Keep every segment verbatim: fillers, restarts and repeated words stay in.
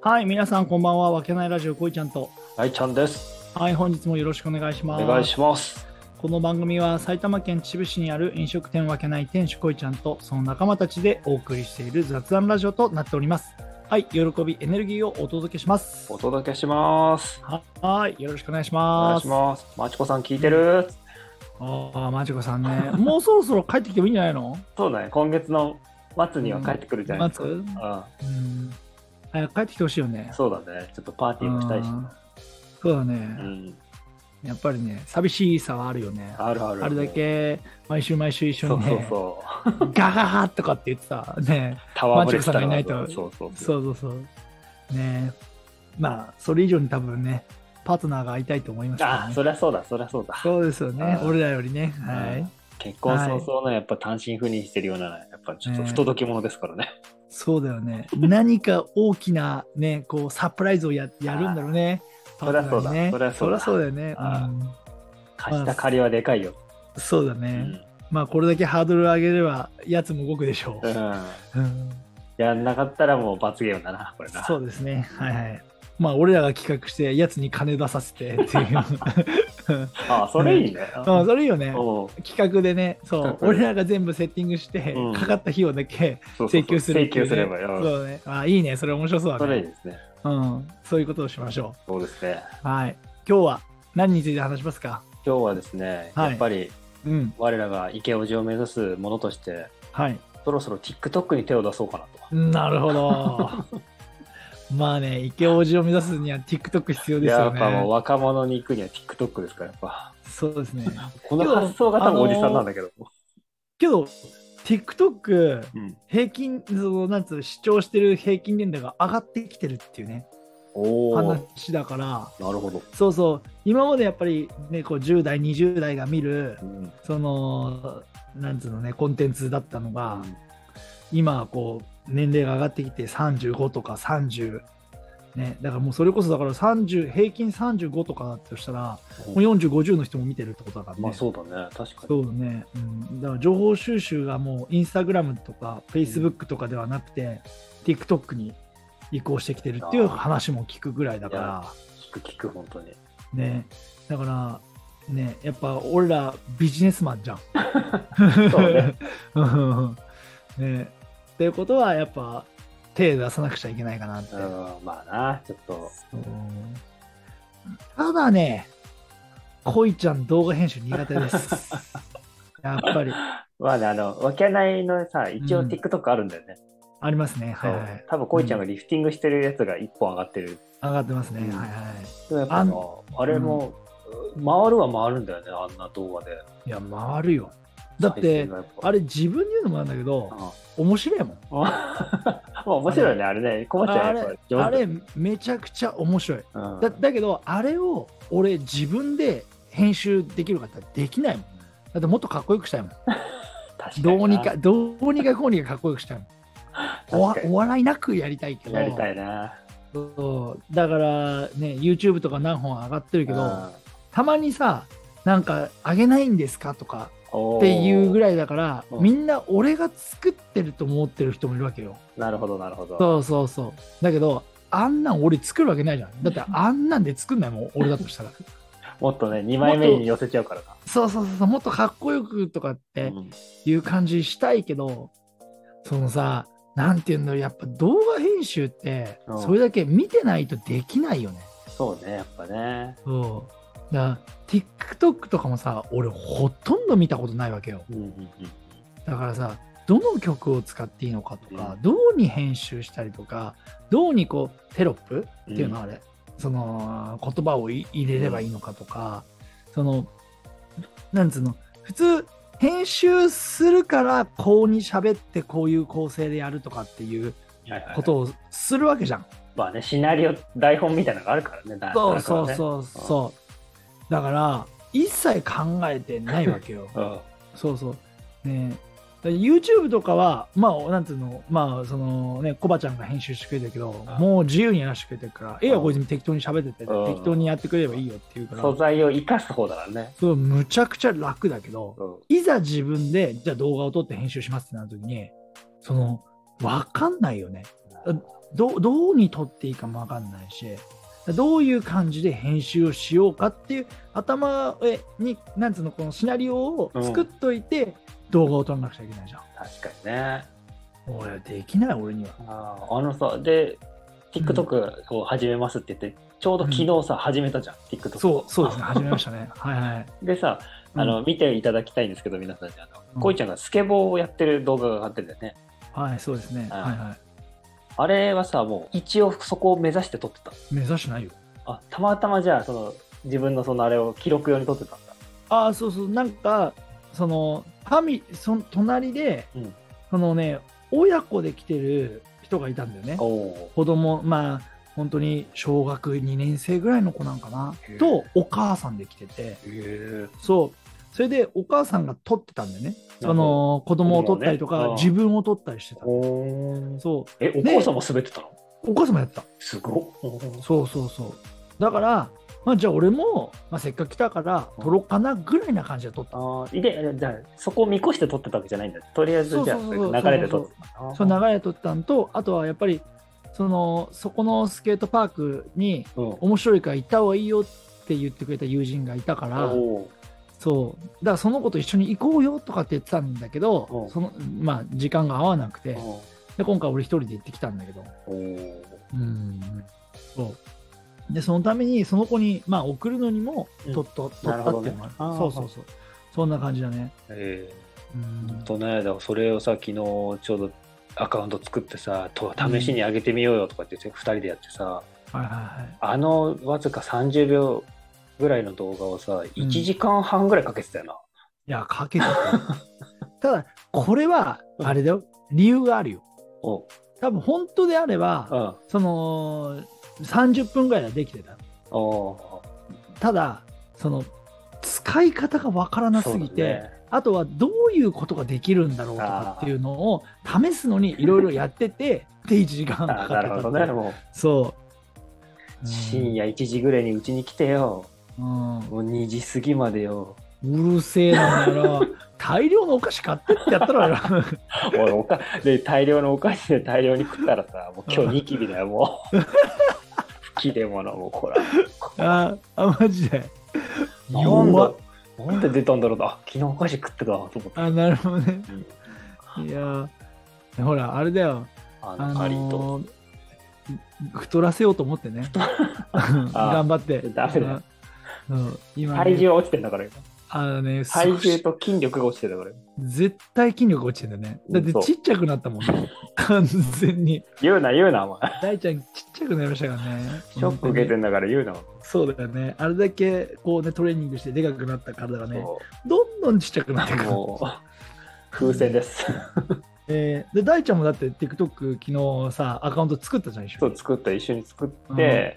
はい、皆さんこんばんは。わけないラジオこいちゃんと。 大ちゃんです。 はい、本日もよろしくお願いしお願いします。 ます。 この番組は埼玉県秩父市にある飲食店わけない店主こいちゃんとその仲間たちでお送りしている雑談ラジオとなっております。はい、喜び、エネルギーをお届けします。 お届けします。 ははい、よろしくお願いしお願います。 します。まちこさん聞いてる？ ああ、まちこさんね。もうそろそろ帰ってきてもいいんじゃないの？ そうだね。今月の末には帰ってくるじゃないですか。 うん、 うん。 うん早く帰ってきてほしいよね。 そうだね。ちょっとパーティーもしたいし。 そうだね。 うん。 やっぱりね、寂しさはあるよね。 あるある。 あれだけ毎週毎週一緒にね、 そうそうそう。 ガガハとかって言ってたね、 タワーブレマチコさんがいないと、 そうそうそう。 そうそうそう。ねまあ、それ以上に多分ね、パートナーが会いたいと思いますけどね。 あ、そりゃそうだ、そりゃそうだ。 そうですよね。俺らよりね。はい。 結婚早々のやっぱ単身赴任してるような、やっぱちょっと不届き者ですからね。ねそうだよね。何か大きなね、こうサプライズを や, やるんだろうね。 そりゃそうだ。 そりゃそうだ。そうだよね。 貸した借りはでかいよ。 そうだね。うん、まあこれだけハードル上げればやつも動くでしょう。うん。 うん、やんなかったらもう罰ゲームだな、これな。 そうですね。はいはい。まあ俺らが企画してやつに金出させてっていうああそれいいね。 あそれいいよね。企画でね、そう俺らが全部セッティングして、うん、かかった費用だけ請求する、ね、 請求すればよ。 そうね。あいいね。それ面白そうだね。 それいいですね。 うん。そういうことをしましょう。そうですね。 はい。今日は何について話しますか？ 今日はですね、はい、やっぱり、うん、我らがイケオジを目指すものとして、はい、そろそろ TikTok に手を出そうかなと。 なるほど。まあね、イケオジを目指すには TikTok 必要ですよね。 やっぱもう若者に行くには TikTok ですから、やっぱ。 そうですね。 この発想が多分おじさんなんだけど。 けど、TikTok、うん、平均、そのなんつう視聴してる平均年代が上がってきてるっていうね。話だからなるほど。 そうそう今までやっぱりねこうじゅう代にじゅう代が見る、うん、そのなんつうのねコンテンツだったのが、うん、今こう年齢が上がってきてさんじゅうごとかさんじゅうねだからもうそれこそだからさんじゅう平均さんじゅうごとかだとしたら、うん、もうよんじゅう、ごじゅうの人も見てるってことだからね。 まあそうだね確かに。 そうだね、うん、だから情報収集がもうインスタグラムとかフェイスブックとかではなくて、うん、TikTok に移行してきてるっていう話も聞くぐらいだから聞く聞く本当にねだからねやっぱ俺らビジネスマンじゃんそうねねっていうことはやっぱ手出さなくちゃいけないかなって。 まあなちょっとただねこいちゃん動画編集苦手ですやっぱりまあねあのわけないのさ一応 TikTok あるんだよね、うんありますね。はい、はい。 多分こいちゃんがリフティングしてるやつがいっぽん上がってる。 上がってますね。うん、はいはい。 でもやっぱあのあれも、うん、回るは回るんだよねあんな動画で。 いや回るよ。だってあれ自分で言うのもなんだけど、うん、面白いもん。 まあ面白いねあれね。こまちゃんやっぱり上手。 あれめちゃくちゃ面白い。うん、だだけどあれを俺自分で編集できるかってできないもん。だってもっとかっこよくしたいもん。どうにかどうにかこうにかかっこよくしたいもん。お, お笑いなくやりたいけどやりたいな。 そうだからね YouTube とか何本上がってるけど、うん、たまにさなんか上げないんですかとかっていうぐらいだから、うん、みんな俺が作ってると思ってる人もいるわけよ。 なるほどなるほど。 そうそうそうだけどあんなん俺作るわけないじゃん。だってあんなんで作んないもん俺だとしたらもっとねにまいめに寄せちゃうからな。 そうそうそうもっとかっこよくとかっていう感じしたいけど、うん、そのさなんていうんだろうやっぱ動画編集ってそれだけ見てないとできないよね。 うん、そうねやっぱね。 そうだから TikTok とかもさ俺ほとんど見たことないわけよ。うんうんうん、だからさどの曲を使っていいのかとか、うん、どうに編集したりとかどうにこうテロップっていうのあれ、うん、その言葉を入れればいいのかとか、うん、そのなんつうの普通編集するからこうに喋ってこういう構成でやるとかっていうことをするわけじゃん。 まあねシナリオ台本みたいなのがあるからね。 そうそうそうそう。だから一切考えてないわけよ。うん、そうそうね。YouTube とかはまあなんていうのまあそのねコバちゃんが編集してくれてるけど、うん、もう自由にやらせてくれてるからええこいつに適当に喋ってて、うん、適当にやってくれればいいよっていうから素材を生かす方だからね。 そうむちゃくちゃ楽だけど、うん、いざ自分でじゃあ動画を撮って編集しますってなるときにその分かんないよね。 どどうに撮っていいかも分かんないし、どういう感じで編集をしようかっていう頭になんつうのこのシナリオを作っといて、うん、動画を撮らなくちゃいけないじゃん。 確かにね。 俺できない俺には。 ああのさで TikTok を始めますって言って、うん、ちょうど昨日さ、うん、始めたじゃん TikTok。 そうそうですね始めましたねはいはい。 でさあの、うん、見ていただきたいんですけど皆さんにあの、うん、こいちゃんがスケボーをやってる動画が上がってるんだよね。 はいそうですね、はいはい。 あれはさもう一応そこを目指して撮ってた。 目指してないよ。 あたまたまじゃあその自分のそのあれを記録用に撮ってたんだ。 ああそうそうなんかそのファミその隣で、うん、そのね親子で来てる人がいたんだよね。子供まあ本当に小学にねん生ぐらいの子なんかなとお母さんで来てて、そうそれでお母さんが撮ってたんだよね。その子供を撮ったりとか、ね、自分を撮ったりしてた。そうえお母さんも滑ってたの？ お母さんもやった。 すごっ。 そうそうそうだからまあ、じゃあ俺も、まあ、せっかく来たから撮ろうかなぐらいな感じで撮った。 ああ、で、じゃあそこを見越して撮ってたわけじゃないんだ。とりあえずじゃあ流れで撮ってた。 そう流れで撮ったんと、あとはやっぱりそのそこのスケートパークに面白いから行った方がいいよって言ってくれた友人がいたから、うん、そうだからその子と一緒に行こうよとかって言ってたんだけど、そのまあ時間が合わなくて、で今回俺一人で行ってきたんだけど、うんそうでそのためにその子に、まあ、送るのにもとっと、うん、取ったっていうのがある、ね、そうそうそうそんな感じだね。 ええー、とねだからそれをさ昨日ちょうどアカウント作ってさと試しに上げてみようよとかってふたりでやってさ、うんはいはいはい、あのわずかさんじゅうびょうぐらいの動画をさいちじかんはんぐらいかけてたよな、うん、 いやかけてたただこれはあれだよ、うん、理由があるよ。お多分本当であれば、うん、そのさんじゅっぷんぐらいはできてた。ただその使い方がわからなすぎて、ね、あとはどういうことができるんだろうとかっていうのを試すのにいろいろやっててでいちじかんかかってた。なるほどね。もうそう、 うん、深夜いちじぐらいにうちに来てよ、うん、もうにじ過ぎまでよ。 うるせえなんだよ大量のお菓子買ってってやったらよ俺おかで大量のお菓子で大量に食ったらさもう今日ニキビだよもう吹き出物もうこらああマジでなんだなんで出たんだろうあ昨日お菓子食ってたと思って。 あなるほどね、うん、いやほらあれだよあのカリーと、 あのー、太らせようと思ってね頑張ってダメだよ、 うん、今、ね、 体重は落ちてんだから今あのね、 体重と筋力が落ちてるから絶対筋力落ちてるんだね。だってちっちゃくなったもんね完全に。 言うな言うなお前大ちゃんちっちゃくなりましたからね。 ショック受けてんだから言うな。 そうだよね。あれだけこうねトレーニングしてでかくなった体がねどんどんちっちゃくなってくる。もう風船ですえー、で大ちゃんもだって TikTok 昨日さアカウント作ったじゃん一緒に。 そう作った一緒に作って、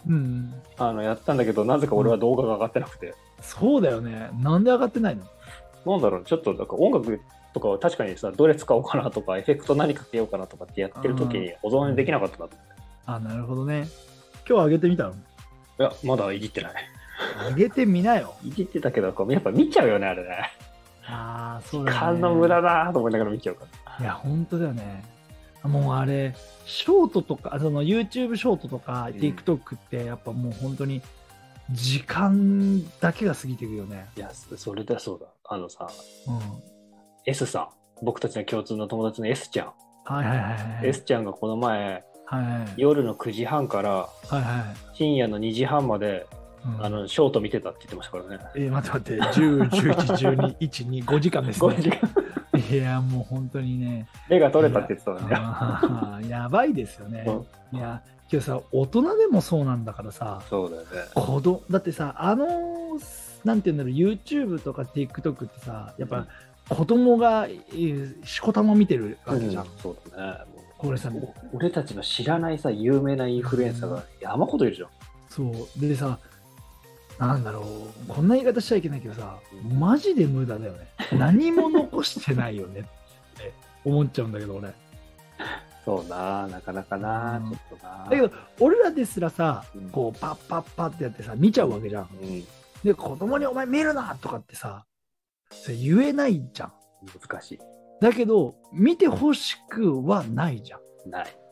うんうん、あのやったんだけどなぜか俺は動画が上がってなくて、うん、 そうだよね。なんで上がってないの？ なんだろうちょっとなんか音楽とかは確かにさどれ使おうかなとかエフェクト何かけようかなとかってやってる時に保存できなかったなと思って。 あなるほどね。今日上げてみたの？いやまだいじってない。 上げてみなよ。 いじってたけどこうやっぱ見ちゃうよねあれね。 ああそうだね。 時間の無駄だと思いながら見ちゃうから。 いや本当だよね。もうあれショートとかその YouTube ショートとか、うん、TikTok ってやっぱもう本当に時間だけが過ぎていくよね。 いやそれだそうだあのさ、うん、S さん僕たちの共通の友達の S ちゃん、 はいはいはいはい、 S ちゃんがこの前、はいはい、夜のくじはんから、はいはい、深夜のにじはんまでうん、あのショート見てたって言ってましたからね。 えー、待って待ってじゅう、じゅういち、じゅうに、いち、に、ごじかんですね。ごじかんいやもう本当にね目が取れたって言ってたのね。やばいですよね、うん、いや今日さ大人でもそうなんだからさ。 そうだよね。 子供だってさあのなんていうんだろう YouTube とか TikTok ってさやっぱ子供が、えー、しこたま見てるわけじゃん、うん、 そうだね。 これさ俺たちの知らないさ有名なインフルエンサーが山ほどいるじゃん。 そうでさなんだろうこんな言い方しちゃいけないけどさマジで無駄だよね。何も残してないよねって思っちゃうんだけど俺。 そうななかなかな、うん、ちょっとなだけど俺らですらさ、うん、こうパッパッパってやってさ見ちゃうわけじゃん、うん、で子供にお前見るなとかってさそれ言えないじゃん。 難しい。 だけど見てほしくはないじゃん。 ない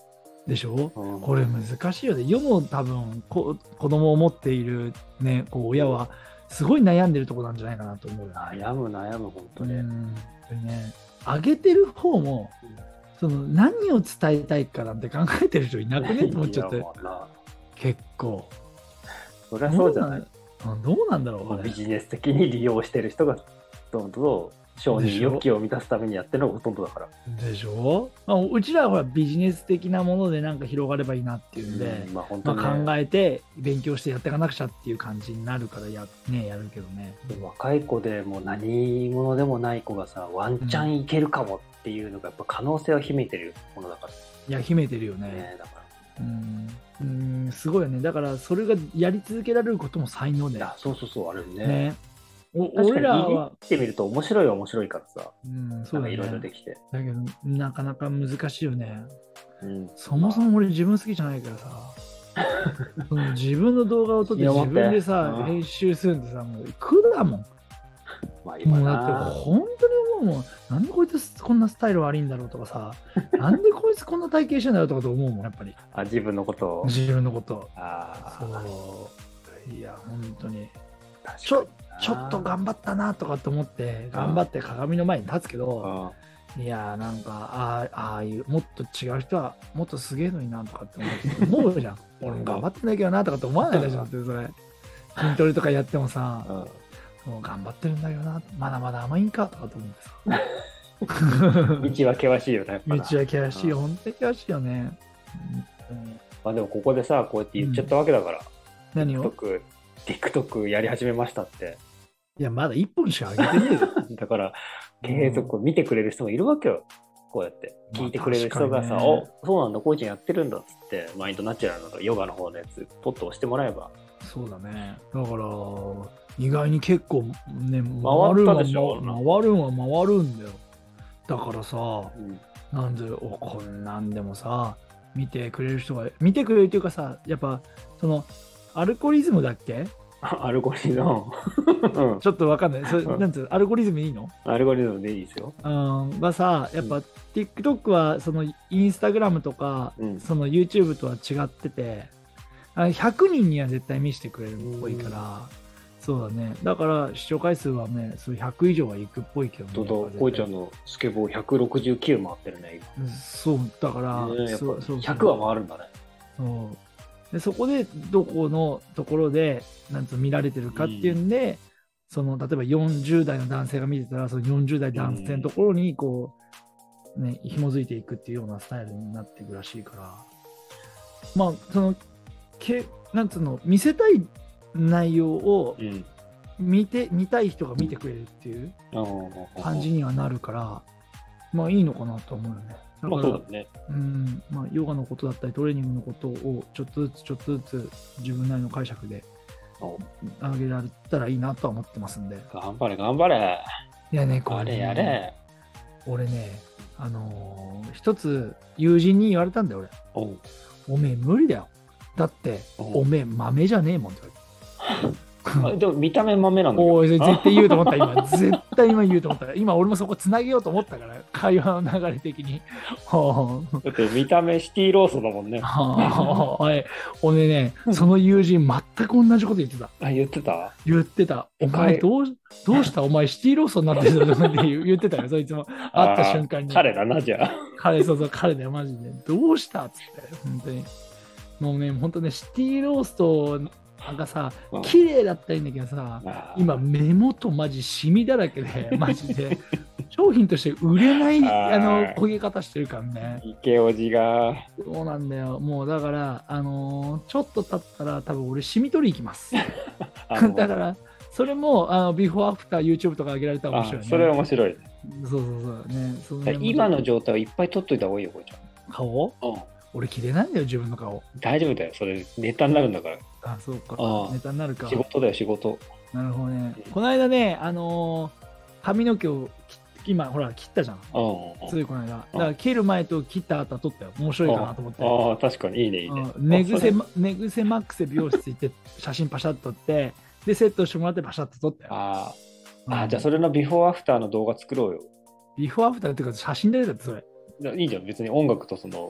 でしょ、うん、これ難しいよね。世の多分こ子供を持っている、ね、こう親はすごい悩んでるところなんじゃないかなと思うよ、ね。 悩む悩む本当に。うんね、あげてる方も、その何を伝えたいかなんて考えてる人いなくねと思っちゃって。結構。 そりゃそうじゃない。 どうなんだろう、 ビジネス的に利用してる人がどんどん承認欲求を満たすためにやってるのがほとんどだから。 でしょ、まあ、うちらはほらビジネス的なものでなんか広がればいいなっていうんで、うんまあ本当ねまあ、考えて勉強してやっていかなくちゃっていう感じになるからや,、ね、やるけどね。 若い子でもう何者でもない子がさワンチャンいけるかもっていうのがやっぱ可能性を秘めてるものだから。 いや秘めてるよね。ねだからうんうんすごいよね。だからそれがやり続けられることも才能で。 そうそうそうあれね。 ねお俺らは見てみると面白いは面白いからさ、うん、そうだね、いろいろできて。 だけどなかなか難しいよね。うん、そもそも俺自分好きじゃないからさ、その自分の動画を撮って自分でさ、うん、編集するんでさ、もう苦だもん。まあ、今もうだって本当に思うもん。なんでこいつこんなスタイル悪いんだろうとかさ、なんでこいつこんな体型してんだろうとかと思うもん、やっぱり。 あ、自分のことを。 自分のこと。 ああ。 そう。いや、本当に。ちょちょっと頑張ったなとかと思って頑張って鏡の前に立つけど、いやーなんかあああいうもっと違う人はもっとすげえのになとかって思う思うじゃん。俺も頑張ってないけどなとかって思わないでしょってそれ筋トレとかやってもさ、もう頑張ってるんだけどなまだまだ甘いんかとかと思ってさ道は険しいよね。 道は険しいよ、本当に険しいよね。 うん、まあでもここでさこうやって言っちゃったわけだから、うん、 何を TikTok やり始めましたって。 いや、まだいっぽんしか上げてねえよ。 だから、継続見てくれる人もいるわけよ。こうやって。聞いてくれる人がさ、まあね、おそうなんだ、こういちゃんやってるんだっつって、マインドナチュラルのヨガの方のやつ、ポッと押してもらえば。 そうだね。だから、意外に結構ね、回るんは回るんは回るんだよ。だからさ、うん、なんで、おこんなんでもさ、見てくれる人が、見てくれるっていうかさ、やっぱ、その、アルゴリズムだっけアルゴリズム、 うん、ちょっとわかんない。それなんつうアルゴリズムいいの？アルゴリズムでいいですよ。 うん、がさ、やっぱ、うん、TikTok はそのインスタグラムとか、うん、その YouTube とは違ってて、ひゃくにんには絶対見せてくれるっぽいから、うん、そうだね。だから視聴回数はね、そうひゃく以上はいくっぽいけどね。 とと、こいちゃんのスケボーひゃくろくじゅうきゅう回ってるね、 今。そう、だから、 ね、そうそうひゃくは回るんだね。 そうでそこでどこのところでなんつう見られてるかっていうんで、うん、その例えばよんじゅう代の男性が見てたらそのよんじゅう代男性のところにこう、ね、紐づいていくっていうようなスタイルになっていくらしいから、まあそのけなんつうの見せたい内容を見て、うん、見たい人が見てくれるっていう感じにはなるから、まあいいのかなと思うよね。だから、まあそうだね。うんまあ、ヨガのことだったりトレーニングのことをちょっとずつちょっとずつ自分なりの解釈であげられたらいいなとは思ってますんで。 頑張れ頑張れ。 いやね、これね、 やれやれ。 俺ね、あのー、一つ友人に言われたんだよ俺。お, おめえ無理だよ。だっておめえ豆じゃねえもんって言われて。 でも見た目豆なんだよ。 おい絶対言うと思った今絶対今言うと思った今俺もそこつなげようと思ったから会話の流れ的にだって見た目シティローストだもんね。 はい、俺ねその友人全く同じこと言ってた。 あ言ってた言ってた。お前どうどうしたお前シティローストになってるぞって言ってたよそいつも会った瞬間に。 彼だなじゃあ彼そうそう彼だよマジでどうしたっつって本当にもうね本当ねシティローストなんかさ、綺麗だったらいいんだけどさ、今目元マジシミだらけでマジで商品として売れないあの焦げ方してるからね。 池おじが。 そうなんだよ。もうだからあのー、ちょっと経ったら多分俺シミ取り行きます。だからそれもあのビフォーアフター YouTube とか上げられたら面白いね。 それ面白い。 そうそうそうね。そね今の状態をいっぱい撮っといた方がいいよこれちゃん。 顔？うん。俺切れないんだよ自分の顔。 大丈夫だよそれネタになるんだから。 あそうかネタになるか。 仕事だよ仕事。 なるほどね。この間ねあのー、髪の毛を今ほら切ったじゃん。ついこの間。だから切る前と切った後は撮ったよ。面白いかなと思って。 ああ確かにいいねいいね。 寝癖寝癖マックス美容室行って写真パシャッと撮ってでセットしてもらってパシャッと撮ったよ。 ああじゃあそれのビフォーアフターの動画作ろうよ。 ビフォーアフターっていうか写真で出たってそれ。 いいじゃん別に音楽とその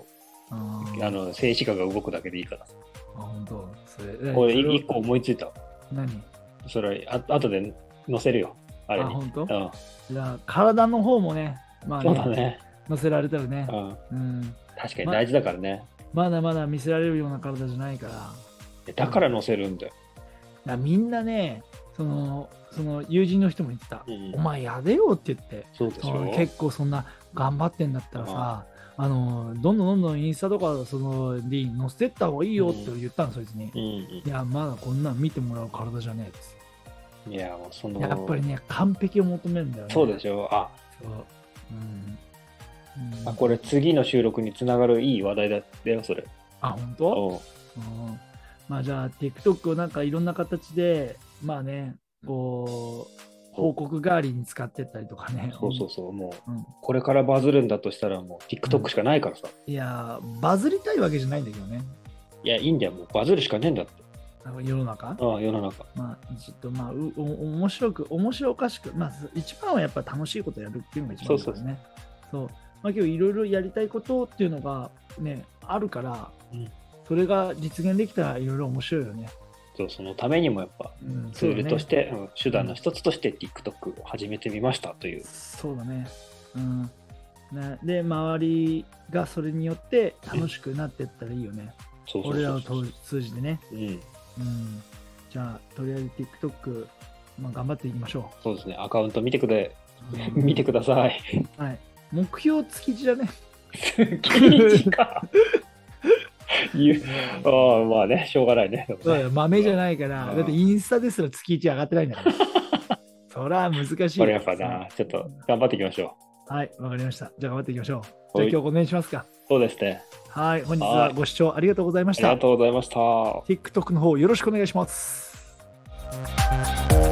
ああの静止画が動くだけでいいからさ。 あ、本当。それこれ一個思いついた。 何？ それあ後で載せるよ。あれに。 あ、本当？ うん。 じゃあ体の方もね、まあね、 そうだね。 載せられたらね。 うん。 うん、 確かに大事だからね、 ま。まだまだ見せられるような体じゃないから。 だから載せるんだよ。 だみんなね、そのその友人の人も言ってた、うん、お前やでよって言って、 そうでしょ、 結構そんな頑張ってんだったらさ、あのどんどんどんどんインスタとかそのに載せてった方がいいよって言ったの、うん、そいつに、うんうん、いやまだこんなん見てもらう体じゃねえです。 いやもうそのやっぱりね完璧を求めるんだよね。 そうでしょ。あ、そう、うんうん、あ、これ次の収録につながるいい話題だったよそれ。 あ、本当？うん、まあじゃあ TikTok をなんかいろんな形でまあねこう報告代わりに使ってったりとかね。 そうそうそう、もう、うん、これからバズるんだとしたらもう TikTok しかないからさ、 うん、いやバズりたいわけじゃないんだけどね。 いやいいんだよ、もうバズるしかねえんだって。 世の中、 ああ世の中、 まあちょっとまあうお面白く面白おかしく、まあ一番はやっぱ楽しいことやるっていうのが一番ですね。そうそうそう、そう、まあ、今日いろいろやりたいことっていうのがねあるから、うん、それが実現できたらいろいろ面白いよね。 そうそのためにもやっぱツールとして、うんね、手段の一つとして TikTok を始めてみましたという。 そうだね。うん。ねで周りがそれによって楽しくなっていったらいいよね。そうそうそうそう、俺らを通じてね。うん。うん、じゃあとりあえず TikTok、まあ、頑張っていきましょう。そうですね。アカウント見てくれ、うん、見てください。 はい。目標月次だね。 月次か。ああまあね、しょうがないね。 そうよ、豆じゃないから、だってインスタですら月いち上がってないんだから。そりゃ難しい。 これやっぱな、ちょっと頑張っていきましょう。はい、わかりました。じゃあ頑張っていきましょう。じゃあ今日お願いしますか。 そうですね。 はい、本日はご視聴ありがとうございました。 ありがとうございました。 TikTok の方よろしくお願いします。